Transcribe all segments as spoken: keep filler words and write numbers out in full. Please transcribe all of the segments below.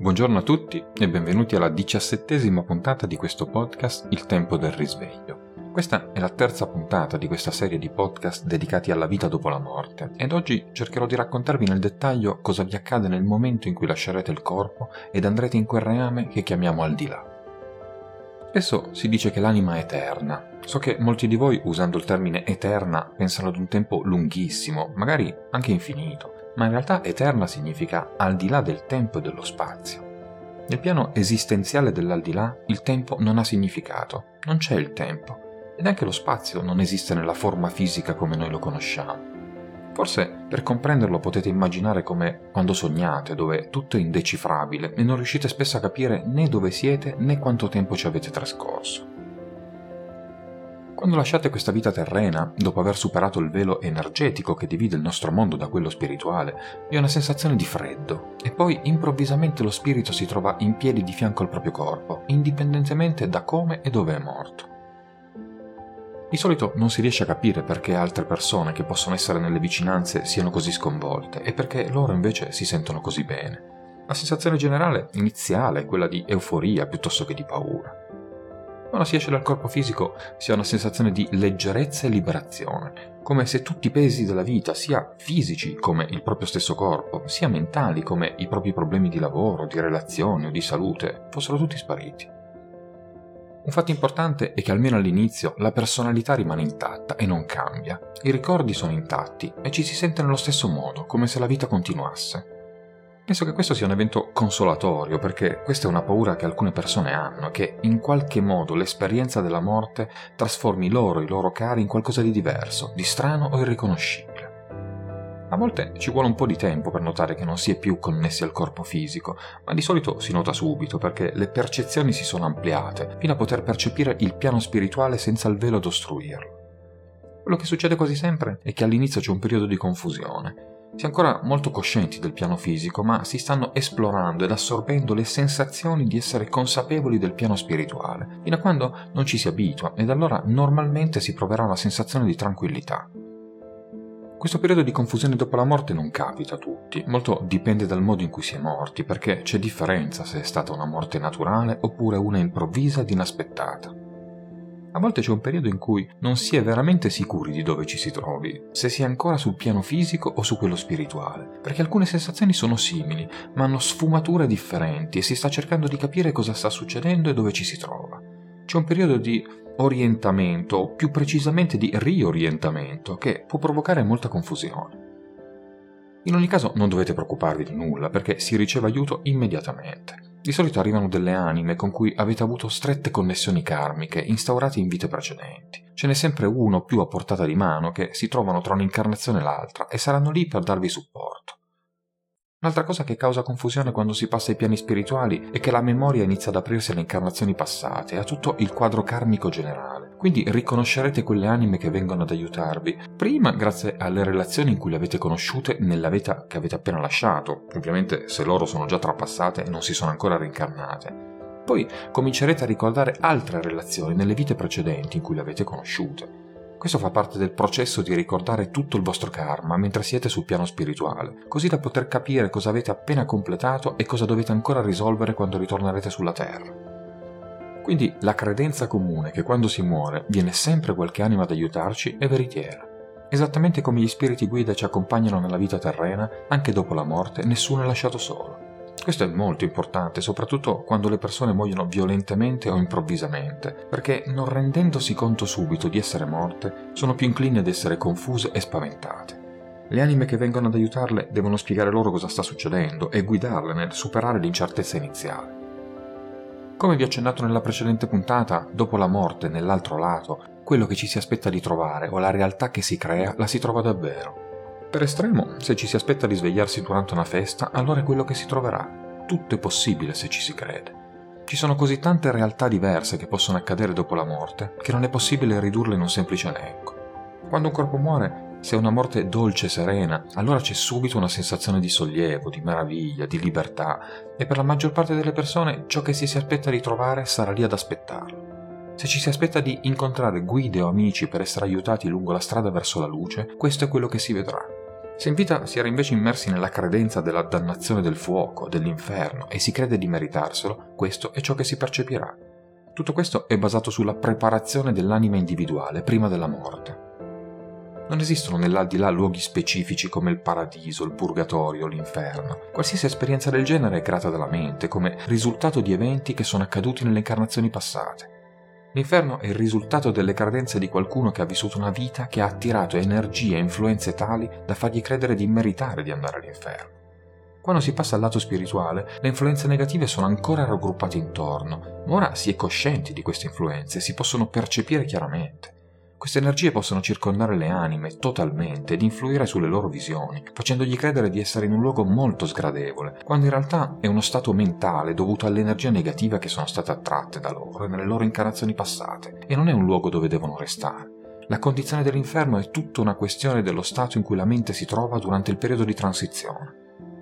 Buongiorno a tutti e benvenuti alla diciassettesima puntata di questo podcast Il tempo del risveglio. Questa è la terza puntata di questa serie di podcast dedicati alla vita dopo la morte ed oggi cercherò di raccontarvi nel dettaglio cosa vi accade nel momento in cui lascerete il corpo ed andrete in quel reame che chiamiamo al di là. Spesso si dice che l'anima è eterna. So che molti di voi, usando il termine eterna, pensano ad un tempo lunghissimo, magari anche infinito. Ma in realtà eterna significa al di là del tempo e dello spazio. Nel piano esistenziale dell'aldilà il tempo non ha significato, non c'è il tempo, ed anche lo spazio non esiste nella forma fisica come noi lo conosciamo. Forse per comprenderlo potete immaginare come quando sognate, dove tutto è indecifrabile e non riuscite spesso a capire né dove siete né quanto tempo ci avete trascorso. Quando lasciate questa vita terrena, dopo aver superato il velo energetico che divide il nostro mondo da quello spirituale, vi è una sensazione di freddo, e poi improvvisamente lo spirito si trova in piedi di fianco al proprio corpo, indipendentemente da come e dove è morto. Di solito non si riesce a capire perché altre persone che possono essere nelle vicinanze siano così sconvolte e perché loro invece si sentono così bene. La sensazione generale iniziale è quella di euforia piuttosto che di paura. Quando si esce dal corpo fisico si ha una sensazione di leggerezza e liberazione, come se tutti i pesi della vita, sia fisici come il proprio stesso corpo, sia mentali come i propri problemi di lavoro, di relazioni o di salute, fossero tutti spariti. Un fatto importante è che almeno all'inizio la personalità rimane intatta e non cambia, i ricordi sono intatti e ci si sente nello stesso modo, come se la vita continuasse. Penso che questo sia un evento consolatorio perché questa è una paura che alcune persone hanno, che in qualche modo l'esperienza della morte trasformi loro e i loro cari in qualcosa di diverso, di strano o irriconoscibile. A volte ci vuole un po' di tempo per notare che non si è più connessi al corpo fisico, ma di solito si nota subito perché le percezioni si sono ampliate fino a poter percepire il piano spirituale senza il velo ad ostruirlo. Quello che succede quasi sempre è che all'inizio c'è un periodo di confusione. Si è ancora molto coscienti del piano fisico, ma si stanno esplorando ed assorbendo le sensazioni di essere consapevoli del piano spirituale, fino a quando non ci si abitua, ed allora normalmente si proverà una sensazione di tranquillità. Questo periodo di confusione dopo la morte non capita a tutti, molto dipende dal modo in cui si è morti, perché c'è differenza se è stata una morte naturale oppure una improvvisa ed inaspettata. A volte c'è un periodo in cui non si è veramente sicuri di dove ci si trovi, se si è ancora sul piano fisico o su quello spirituale, perché alcune sensazioni sono simili, ma hanno sfumature differenti e si sta cercando di capire cosa sta succedendo e dove ci si trova. C'è un periodo di orientamento, o più precisamente di riorientamento, che può provocare molta confusione. In ogni caso non dovete preoccuparvi di nulla, perché si riceve aiuto immediatamente. Di solito arrivano delle anime con cui avete avuto strette connessioni karmiche instaurate in vite precedenti. Ce n'è sempre uno più a portata di mano che si trovano tra un'incarnazione e l'altra e saranno lì per darvi supporto. Un'altra cosa che causa confusione quando si passa ai piani spirituali è che la memoria inizia ad aprirsi alle incarnazioni passate e a tutto il quadro karmico generale. Quindi riconoscerete quelle anime che vengono ad aiutarvi, prima grazie alle relazioni in cui le avete conosciute nella vita che avete appena lasciato, ovviamente se loro sono già trapassate e non si sono ancora reincarnate. Poi comincerete a ricordare altre relazioni nelle vite precedenti in cui le avete conosciute. Questo fa parte del processo di ricordare tutto il vostro karma mentre siete sul piano spirituale, così da poter capire cosa avete appena completato e cosa dovete ancora risolvere quando ritornerete sulla Terra. Quindi la credenza comune che quando si muore viene sempre qualche anima ad aiutarci è veritiera. Esattamente come gli spiriti guida ci accompagnano nella vita terrena, anche dopo la morte nessuno è lasciato solo. Questo è molto importante, soprattutto quando le persone muoiono violentemente o improvvisamente, perché non rendendosi conto subito di essere morte, sono più inclini ad essere confuse e spaventate. Le anime che vengono ad aiutarle devono spiegare loro cosa sta succedendo e guidarle nel superare l'incertezza iniziale. Come vi ho accennato nella precedente puntata, dopo la morte, nell'altro lato, quello che ci si aspetta di trovare o la realtà che si crea la si trova davvero. Per estremo, se ci si aspetta di svegliarsi durante una festa, allora è quello che si troverà. Tutto è possibile se ci si crede. Ci sono così tante realtà diverse che possono accadere dopo la morte che non è possibile ridurle in un semplice elenco. Quando un corpo muore, se è una morte dolce e serena, allora c'è subito una sensazione di sollievo, di meraviglia, di libertà e per la maggior parte delle persone ciò che ci si aspetta di trovare sarà lì ad aspettarlo. Se ci si aspetta di incontrare guide o amici per essere aiutati lungo la strada verso la luce, questo è quello che si vedrà. Se in vita si era invece immersi nella credenza della dannazione del fuoco, dell'inferno, e si crede di meritarselo, questo è ciò che si percepirà. Tutto questo è basato sulla preparazione dell'anima individuale prima della morte. Non esistono nell'aldilà luoghi specifici come il paradiso, il purgatorio, l'inferno. Qualsiasi esperienza del genere è creata dalla mente come risultato di eventi che sono accaduti nelle incarnazioni passate. L'inferno è il risultato delle credenze di qualcuno che ha vissuto una vita che ha attirato energie e influenze tali da fargli credere di meritare di andare all'inferno. Quando si passa al lato spirituale, le influenze negative sono ancora raggruppate intorno, ma ora si è coscienti di queste influenze e si possono percepire chiaramente. Queste energie possono circondare le anime totalmente ed influire sulle loro visioni, facendogli credere di essere in un luogo molto sgradevole, quando in realtà è uno stato mentale dovuto alle energie negative che sono state attratte da loro e nelle loro incarnazioni passate, e non è un luogo dove devono restare. La condizione dell'inferno è tutta una questione dello stato in cui la mente si trova durante il periodo di transizione.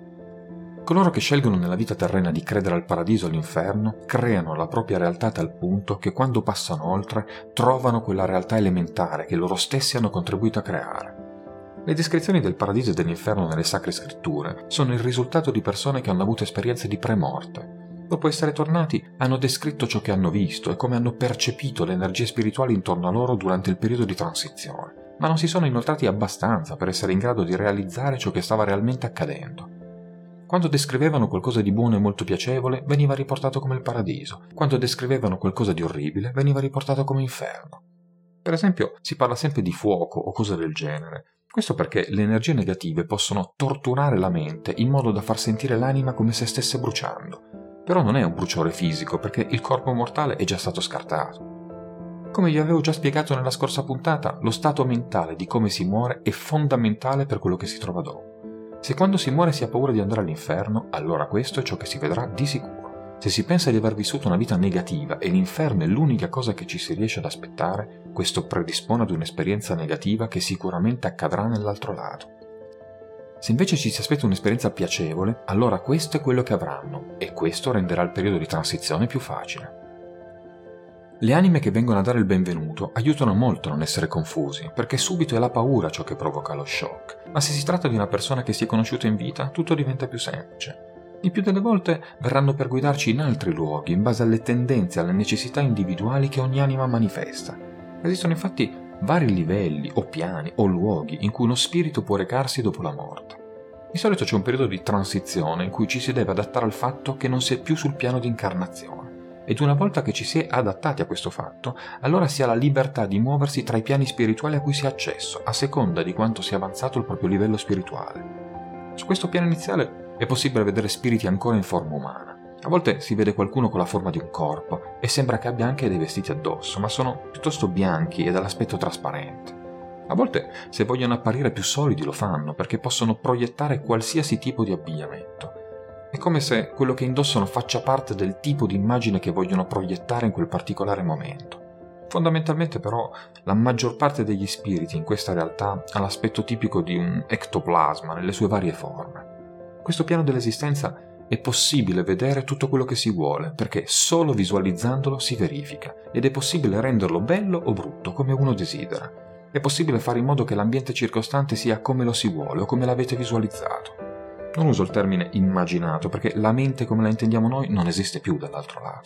Coloro che scelgono nella vita terrena di credere al paradiso o all'inferno creano la propria realtà a tal punto che quando passano oltre trovano quella realtà elementare che loro stessi hanno contribuito a creare. Le descrizioni del paradiso e dell'inferno nelle sacre scritture sono il risultato di persone che hanno avuto esperienze di premorte. Dopo essere tornati, hanno descritto ciò che hanno visto e come hanno percepito le energie spirituali intorno a loro durante il periodo di transizione, ma non si sono inoltrati abbastanza per essere in grado di realizzare ciò che stava realmente accadendo. Quando descrivevano qualcosa di buono e molto piacevole, veniva riportato come il paradiso. Quando descrivevano qualcosa di orribile, veniva riportato come inferno. Per esempio, si parla sempre di fuoco o cose del genere. Questo perché le energie negative possono torturare la mente in modo da far sentire l'anima come se stesse bruciando. Però non è un bruciore fisico, perché il corpo mortale è già stato scartato. Come vi avevo già spiegato nella scorsa puntata, lo stato mentale di come si muore è fondamentale per quello che si trova dopo. Se quando si muore si ha paura di andare all'inferno, allora questo è ciò che si vedrà di sicuro. Se si pensa di aver vissuto una vita negativa e l'inferno è l'unica cosa che ci si riesce ad aspettare, questo predispone ad un'esperienza negativa che sicuramente accadrà nell'altro lato. Se invece ci si aspetta un'esperienza piacevole, allora questo è quello che avranno, e questo renderà il periodo di transizione più facile. Le anime che vengono a dare il benvenuto aiutano molto a non essere confusi, perché subito è la paura ciò che provoca lo shock. Ma se si tratta di una persona che si è conosciuta in vita, tutto diventa più semplice. Il più delle volte verranno per guidarci in altri luoghi, in base alle tendenze e alle necessità individuali che ogni anima manifesta. Esistono infatti vari livelli, o piani, o luoghi in cui uno spirito può recarsi dopo la morte. Di solito c'è un periodo di transizione in cui ci si deve adattare al fatto che non si è più sul piano di incarnazione. Ed una volta che ci si è adattati a questo fatto, allora si ha la libertà di muoversi tra i piani spirituali a cui si ha accesso, a seconda di quanto sia avanzato il proprio livello spirituale. Su questo piano iniziale è possibile vedere spiriti ancora in forma umana. A volte si vede qualcuno con la forma di un corpo e sembra che abbia anche dei vestiti addosso, ma sono piuttosto bianchi e dall'aspetto trasparente. A volte, se vogliono apparire più solidi, lo fanno perché possono proiettare qualsiasi tipo di abbigliamento. È come se quello che indossano faccia parte del tipo di immagine che vogliono proiettare in quel particolare momento. Fondamentalmente però la maggior parte degli spiriti in questa realtà ha l'aspetto tipico di un ectoplasma nelle sue varie forme. Questo piano dell'esistenza è possibile vedere tutto quello che si vuole, perché solo visualizzandolo si verifica, ed è possibile renderlo bello o brutto come uno desidera. È possibile fare in modo che l'ambiente circostante sia come lo si vuole o come l'avete visualizzato. Non uso il termine immaginato perché la mente come la intendiamo noi non esiste più dall'altro lato.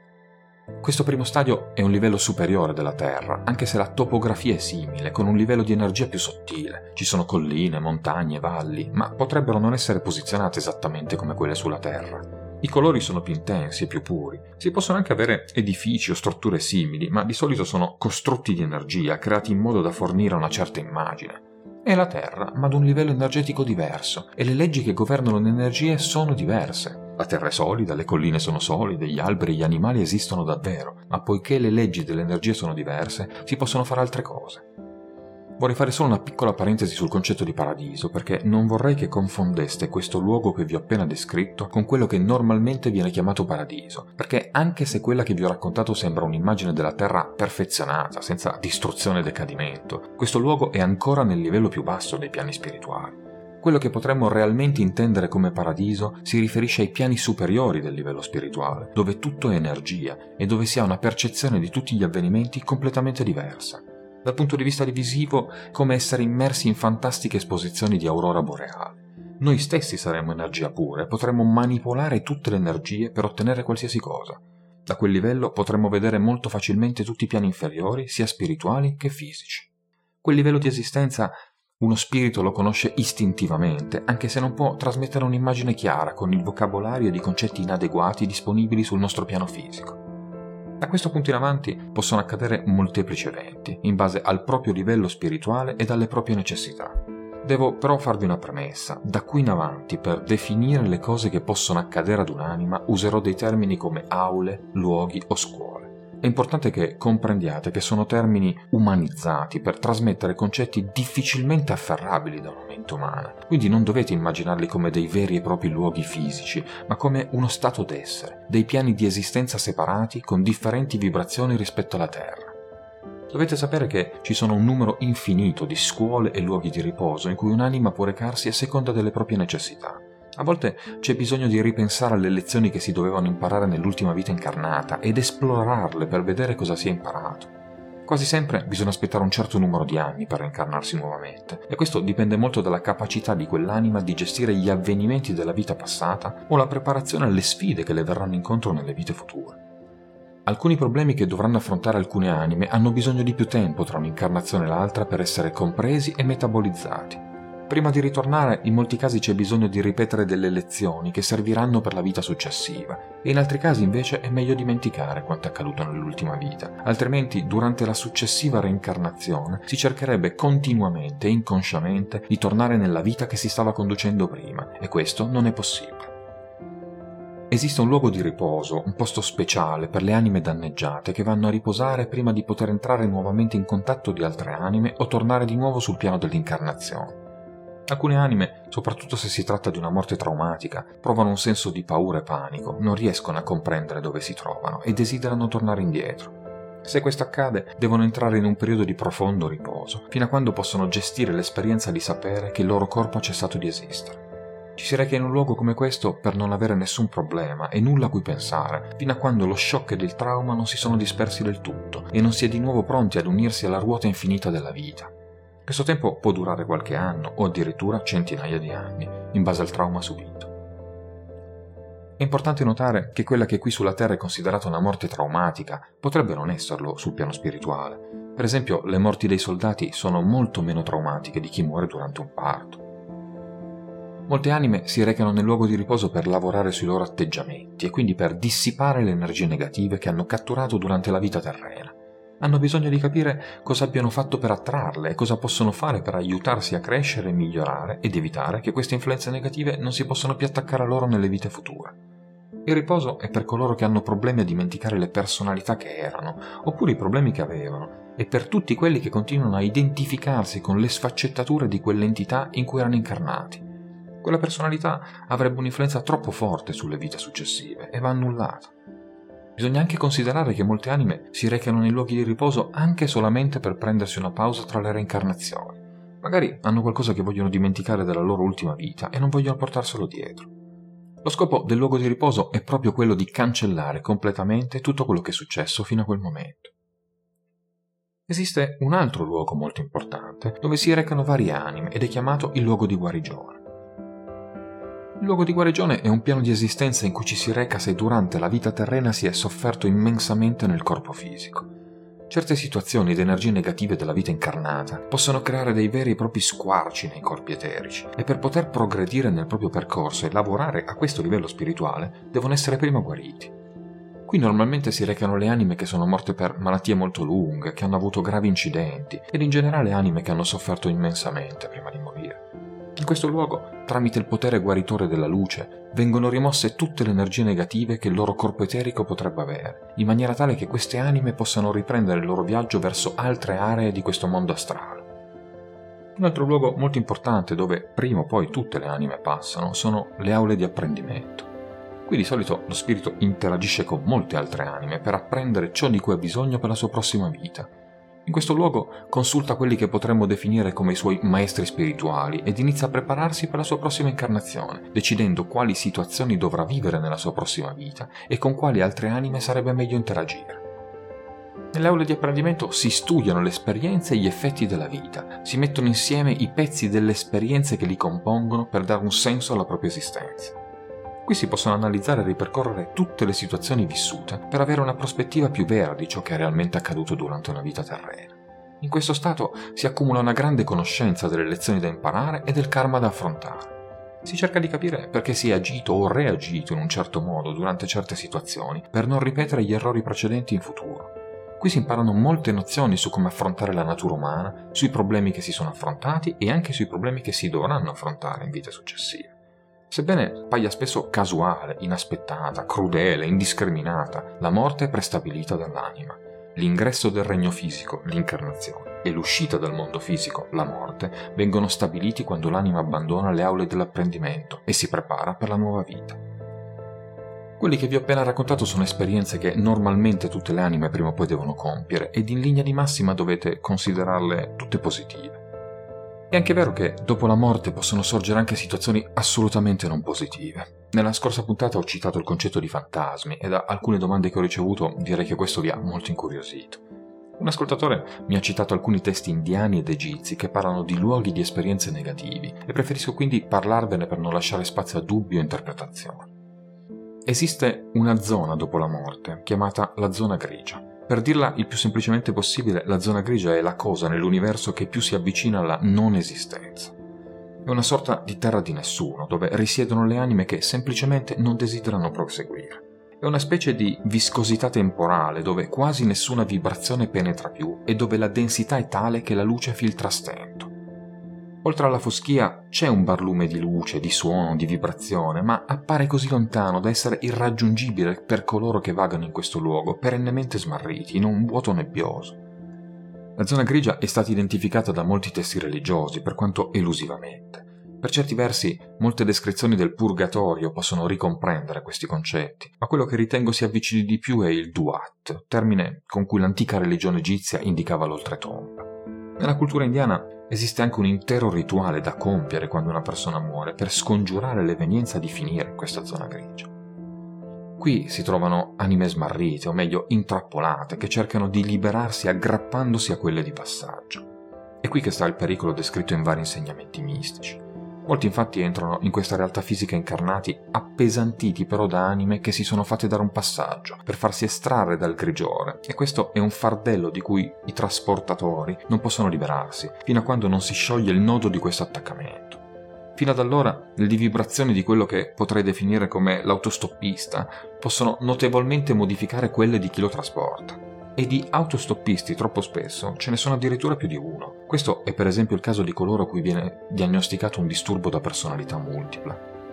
Questo primo stadio è un livello superiore della Terra, anche se la topografia è simile, con un livello di energia più sottile. Ci sono colline, montagne, valli, ma potrebbero non essere posizionate esattamente come quelle sulla Terra. I colori sono più intensi e più puri. Si possono anche avere edifici o strutture simili, ma di solito sono costrutti di energia, creati in modo da fornire una certa immagine. È la Terra, ma ad un livello energetico diverso, e le leggi che governano le energie sono diverse. La Terra è solida, le colline sono solide, gli alberi e gli animali esistono davvero, ma poiché le leggi delle energie sono diverse, si possono fare altre cose. Vorrei fare solo una piccola parentesi sul concetto di paradiso, perché non vorrei che confondeste questo luogo che vi ho appena descritto con quello che normalmente viene chiamato paradiso, perché anche se quella che vi ho raccontato sembra un'immagine della terra perfezionata, senza distruzione e decadimento, questo luogo è ancora nel livello più basso dei piani spirituali. Quello che potremmo realmente intendere come paradiso si riferisce ai piani superiori del livello spirituale, dove tutto è energia e dove si ha una percezione di tutti gli avvenimenti completamente diversa. Dal punto di vista visivo, come essere immersi in fantastiche esposizioni di aurora boreale. Noi stessi saremmo energia pura e potremmo manipolare tutte le energie per ottenere qualsiasi cosa. Da quel livello potremmo vedere molto facilmente tutti i piani inferiori, sia spirituali che fisici. Quel livello di esistenza uno spirito lo conosce istintivamente, anche se non può trasmettere un'immagine chiara con il vocabolario di concetti inadeguati disponibili sul nostro piano fisico. Da questo punto in avanti possono accadere molteplici eventi, in base al proprio livello spirituale e alle proprie necessità. Devo però farvi una premessa. Da qui in avanti, per definire le cose che possono accadere ad un'anima, userò dei termini come aule, luoghi o scuole. È importante che comprendiate che sono termini umanizzati per trasmettere concetti difficilmente afferrabili da una mente umana, quindi non dovete immaginarli come dei veri e propri luoghi fisici, ma come uno stato d'essere, dei piani di esistenza separati con differenti vibrazioni rispetto alla Terra. Dovete sapere che ci sono un numero infinito di scuole e luoghi di riposo in cui un'anima può recarsi a seconda delle proprie necessità. A volte c'è bisogno di ripensare alle lezioni che si dovevano imparare nell'ultima vita incarnata ed esplorarle per vedere cosa si è imparato. Quasi sempre bisogna aspettare un certo numero di anni per reincarnarsi nuovamente, e questo dipende molto dalla capacità di quell'anima di gestire gli avvenimenti della vita passata o la preparazione alle sfide che le verranno incontro nelle vite future. Alcuni problemi che dovranno affrontare alcune anime hanno bisogno di più tempo tra un'incarnazione e l'altra per essere compresi e metabolizzati. Prima di ritornare, in molti casi c'è bisogno di ripetere delle lezioni che serviranno per la vita successiva, e in altri casi invece è meglio dimenticare quanto è accaduto nell'ultima vita, altrimenti durante la successiva reincarnazione si cercherebbe continuamente e inconsciamente di tornare nella vita che si stava conducendo prima, e questo non è possibile. Esiste un luogo di riposo, un posto speciale per le anime danneggiate che vanno a riposare prima di poter entrare nuovamente in contatto di altre anime o tornare di nuovo sul piano dell'incarnazione. Alcune anime, soprattutto se si tratta di una morte traumatica, provano un senso di paura e panico, non riescono a comprendere dove si trovano e desiderano tornare indietro. Se questo accade, devono entrare in un periodo di profondo riposo, fino a quando possono gestire l'esperienza di sapere che il loro corpo ha cessato di esistere. Ci si reca in un luogo come questo per non avere nessun problema e nulla a cui pensare, fino a quando lo shock ed il trauma non si sono dispersi del tutto e non si è di nuovo pronti ad unirsi alla ruota infinita della vita. Questo tempo può durare qualche anno o addirittura centinaia di anni, in base al trauma subito. È importante notare che quella che qui sulla Terra è considerata una morte traumatica potrebbe non esserlo sul piano spirituale. Per esempio, le morti dei soldati sono molto meno traumatiche di chi muore durante un parto. Molte anime si recano nel luogo di riposo per lavorare sui loro atteggiamenti e quindi per dissipare le energie negative che hanno catturato durante la vita terrena. Hanno bisogno di capire cosa abbiano fatto per attrarle e cosa possono fare per aiutarsi a crescere e migliorare ed evitare che queste influenze negative non si possano più attaccare a loro nelle vite future. Il riposo è per coloro che hanno problemi a dimenticare le personalità che erano, oppure i problemi che avevano, e per tutti quelli che continuano a identificarsi con le sfaccettature di quell'entità in cui erano incarnati. Quella personalità avrebbe un'influenza troppo forte sulle vite successive e va annullata. Bisogna anche considerare che molte anime si recano nei luoghi di riposo anche solamente per prendersi una pausa tra le reincarnazioni. Magari hanno qualcosa che vogliono dimenticare della loro ultima vita e non vogliono portarselo dietro. Lo scopo del luogo di riposo è proprio quello di cancellare completamente tutto quello che è successo fino a quel momento. Esiste un altro luogo molto importante dove si recano varie anime ed è chiamato il luogo di guarigione. Il luogo di guarigione è un piano di esistenza in cui ci si reca se durante la vita terrena si è sofferto immensamente nel corpo fisico. Certe situazioni ed energie negative della vita incarnata possono creare dei veri e propri squarci nei corpi eterici e per poter progredire nel proprio percorso e lavorare a questo livello spirituale devono essere prima guariti. Qui normalmente si recano le anime che sono morte per malattie molto lunghe, che hanno avuto gravi incidenti ed in generale anime che hanno sofferto immensamente prima di morire. In questo luogo, tramite il potere guaritore della luce, vengono rimosse tutte le energie negative che il loro corpo eterico potrebbe avere, in maniera tale che queste anime possano riprendere il loro viaggio verso altre aree di questo mondo astrale. Un altro luogo molto importante dove prima o poi tutte le anime passano sono le aule di apprendimento. Qui di solito lo spirito interagisce con molte altre anime per apprendere ciò di cui ha bisogno per la sua prossima vita. In questo luogo consulta quelli che potremmo definire come i suoi maestri spirituali ed inizia a prepararsi per la sua prossima incarnazione, decidendo quali situazioni dovrà vivere nella sua prossima vita e con quali altre anime sarebbe meglio interagire. Nelle aule di apprendimento si studiano le esperienze e gli effetti della vita, si mettono insieme i pezzi delle esperienze che li compongono per dare un senso alla propria esistenza. Qui si possono analizzare e ripercorrere tutte le situazioni vissute per avere una prospettiva più vera di ciò che è realmente accaduto durante una vita terrena. In questo stato si accumula una grande conoscenza delle lezioni da imparare e del karma da affrontare. Si cerca di capire perché si è agito o reagito in un certo modo durante certe situazioni per non ripetere gli errori precedenti in futuro. Qui si imparano molte nozioni su come affrontare la natura umana, sui problemi che si sono affrontati e anche sui problemi che si dovranno affrontare in vite successive. Sebbene appaia spesso casuale, inaspettata, crudele, indiscriminata, la morte è prestabilita dall'anima. L'ingresso del regno fisico, l'incarnazione, e l'uscita dal mondo fisico, la morte, vengono stabiliti quando l'anima abbandona le aule dell'apprendimento e si prepara per la nuova vita. Quelli che vi ho appena raccontato sono esperienze che normalmente tutte le anime prima o poi devono compiere ed in linea di massima dovete considerarle tutte positive. È anche vero che dopo la morte possono sorgere anche situazioni assolutamente non positive. Nella scorsa puntata ho citato il concetto di fantasmi e da alcune domande che ho ricevuto direi che questo vi ha molto incuriosito. Un ascoltatore mi ha citato alcuni testi indiani ed egizi che parlano di luoghi di esperienze negativi e preferisco quindi parlarvene per non lasciare spazio a dubbi o interpretazioni. Esiste una zona dopo la morte chiamata la zona grigia. Per dirla il più semplicemente possibile, la zona grigia è la cosa nell'universo che più si avvicina alla non esistenza. È una sorta di terra di nessuno, dove risiedono le anime che semplicemente non desiderano proseguire. È una specie di viscosità temporale, dove quasi nessuna vibrazione penetra più e dove la densità è tale che la luce filtra a stento. Oltre alla foschia c'è un barlume di luce, di suono, di vibrazione, ma appare così lontano da essere irraggiungibile per coloro che vagano in questo luogo, perennemente smarriti, in un vuoto nebbioso. La zona grigia è stata identificata da molti testi religiosi, per quanto elusivamente. Per certi versi, molte descrizioni del purgatorio possono ricomprendere questi concetti, ma quello che ritengo si avvicini di più è il duat, termine con cui l'antica religione egizia indicava l'oltretomba. Nella cultura indiana esiste anche un intero rituale da compiere quando una persona muore per scongiurare l'evenienza di finire in questa zona grigia. Qui si trovano anime smarrite, o meglio intrappolate, che cercano di liberarsi aggrappandosi a quelle di passaggio. È qui che sta il pericolo descritto in vari insegnamenti mistici. Molti infatti entrano in questa realtà fisica incarnati appesantiti però da anime che si sono fatte dare un passaggio per farsi estrarre dal grigiore, e questo è un fardello di cui i trasportatori non possono liberarsi fino a quando non si scioglie il nodo di questo attaccamento. Fino ad allora le vibrazioni di quello che potrei definire come l'autostoppista possono notevolmente modificare quelle di chi lo trasporta. E di autostoppisti troppo spesso ce ne sono addirittura più di uno. Questo è per esempio il caso di coloro a cui viene diagnosticato un disturbo da personalità multipla.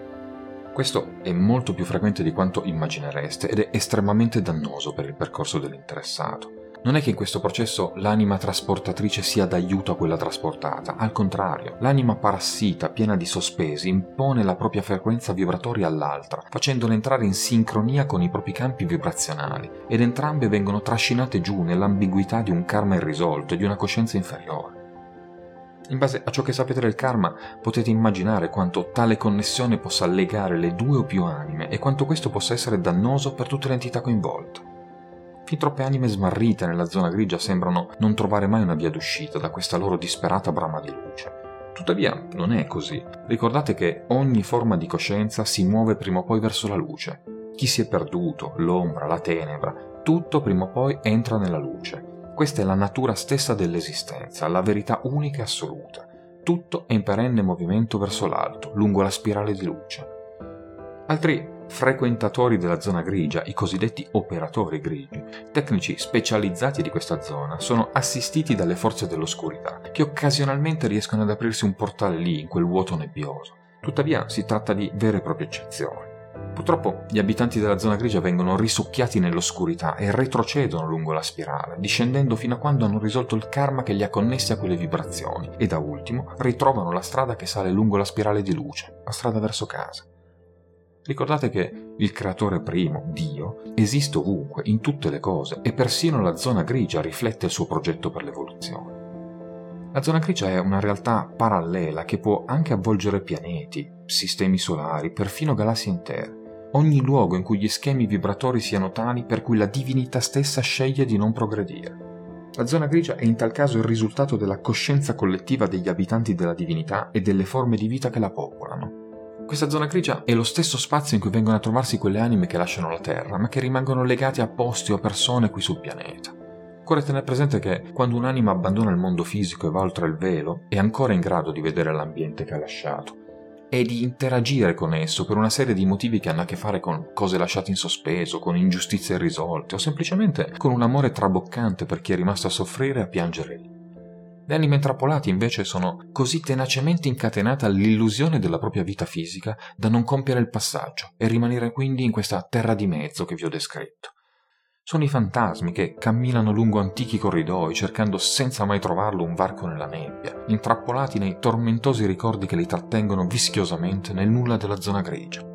Questo è molto più frequente di quanto immaginereste ed è estremamente dannoso per il percorso dell'interessato. Non è che in questo processo l'anima trasportatrice sia d'aiuto a quella trasportata, al contrario, l'anima parassita piena di sospesi impone la propria frequenza vibratoria all'altra, facendola entrare in sincronia con i propri campi vibrazionali, ed entrambe vengono trascinate giù nell'ambiguità di un karma irrisolto e di una coscienza inferiore. In base a ciò che sapete del karma, potete immaginare quanto tale connessione possa legare le due o più anime e quanto questo possa essere dannoso per tutte le entità coinvolte. Fin troppe anime smarrite nella zona grigia sembrano non trovare mai una via d'uscita da questa loro disperata brama di luce. Tuttavia, non è così. Ricordate che ogni forma di coscienza si muove prima o poi verso la luce. Chi si è perduto, l'ombra, la tenebra, tutto prima o poi entra nella luce. Questa è la natura stessa dell'esistenza, la verità unica e assoluta. Tutto è in perenne movimento verso l'alto, lungo la spirale di luce. Altri frequentatori della zona grigia, i cosiddetti operatori grigi, tecnici specializzati di questa zona, sono assistiti dalle forze dell'oscurità, che occasionalmente riescono ad aprirsi un portale lì, in quel vuoto nebbioso. Tuttavia si tratta di vere e proprie eccezioni. Purtroppo gli abitanti della zona grigia vengono risucchiati nell'oscurità e retrocedono lungo la spirale, discendendo fino a quando hanno risolto il karma che li ha connessi a quelle vibrazioni e da ultimo ritrovano la strada che sale lungo la spirale di luce, la strada verso casa. Ricordate che il creatore primo, Dio, esiste ovunque, in tutte le cose, e persino la zona grigia riflette il suo progetto per l'evoluzione. La zona grigia è una realtà parallela che può anche avvolgere pianeti, sistemi solari, perfino galassie intere. ogni luogo in cui gli schemi vibratori siano tali per cui la divinità stessa sceglie di non progredire. La zona grigia è in tal caso il risultato della coscienza collettiva degli abitanti della divinità e delle forme di vita che la popolano. Questa zona grigia è lo stesso spazio in cui vengono a trovarsi quelle anime che lasciano la Terra, ma che rimangono legate a posti o persone qui sul pianeta. Occorre tenere presente che quando un'anima abbandona il mondo fisico e va oltre il velo, è ancora in grado di vedere l'ambiente che ha lasciato e di interagire con esso per una serie di motivi che hanno a che fare con cose lasciate in sospeso, con ingiustizie irrisolte o semplicemente con un amore traboccante per chi è rimasto a soffrire e a piangere lì. Le anime intrappolate invece sono così tenacemente incatenate all'illusione della propria vita fisica da non compiere il passaggio e rimanere quindi in questa terra di mezzo che vi ho descritto. Sono i fantasmi che camminano lungo antichi corridoi cercando senza mai trovarlo un varco nella nebbia, intrappolati nei tormentosi ricordi che li trattengono vischiosamente nel nulla della zona grigia.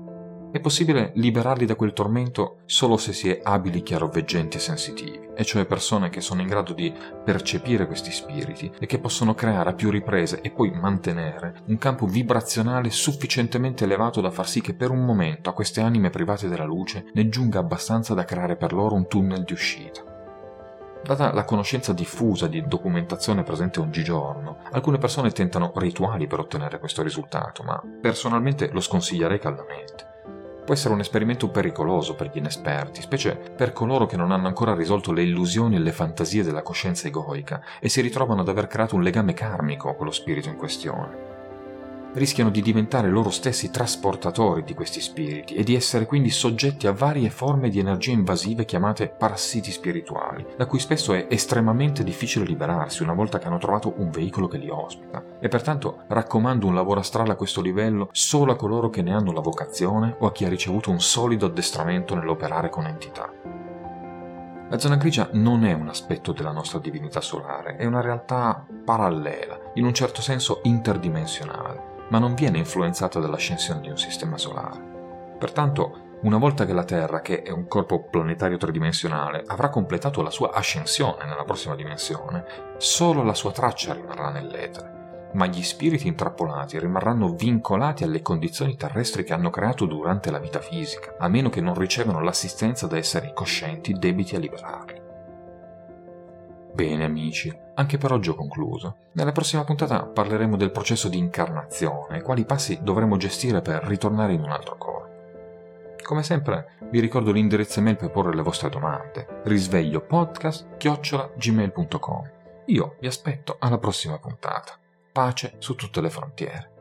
È possibile liberarli da quel tormento solo se si è abili chiaroveggenti e sensitivi, e cioè persone che sono in grado di percepire questi spiriti e che possono creare a più riprese e poi mantenere un campo vibrazionale sufficientemente elevato da far sì che per un momento a queste anime private della luce ne giunga abbastanza da creare per loro un tunnel di uscita. Data la conoscenza diffusa di documentazione presente oggigiorno, alcune persone tentano rituali per ottenere questo risultato, ma personalmente lo sconsiglierei caldamente. Può essere un esperimento pericoloso per gli inesperti, specie per coloro che non hanno ancora risolto le illusioni e le fantasie della coscienza egoica e si ritrovano ad aver creato un legame karmico con lo spirito in questione. Rischiano di diventare loro stessi trasportatori di questi spiriti e di essere quindi soggetti a varie forme di energie invasive chiamate parassiti spirituali, da cui spesso è estremamente difficile liberarsi una volta che hanno trovato un veicolo che li ospita. E pertanto raccomando un lavoro astrale a questo livello solo a coloro che ne hanno la vocazione o a chi ha ricevuto un solido addestramento nell'operare con entità. La zona grigia non è un aspetto della nostra divinità solare, è una realtà parallela, in un certo senso interdimensionale, ma non viene influenzata dall'ascensione di un sistema solare. Pertanto, una volta che la Terra, che è un corpo planetario tridimensionale, avrà completato la sua ascensione nella prossima dimensione, solo la sua traccia rimarrà nell'etere, ma gli spiriti intrappolati rimarranno vincolati alle condizioni terrestri che hanno creato durante la vita fisica, a meno che non ricevano l'assistenza da esseri coscienti debiti a liberarli. Bene amici, anche per oggi ho concluso. Nella prossima puntata parleremo del processo di incarnazione e quali passi dovremo gestire per ritornare in un altro corpo. Come sempre vi ricordo l'indirizzo email per porre le vostre domande: risvegliopodcast chiocciola gmail punto com. Io vi aspetto alla prossima puntata. Pace su tutte le frontiere.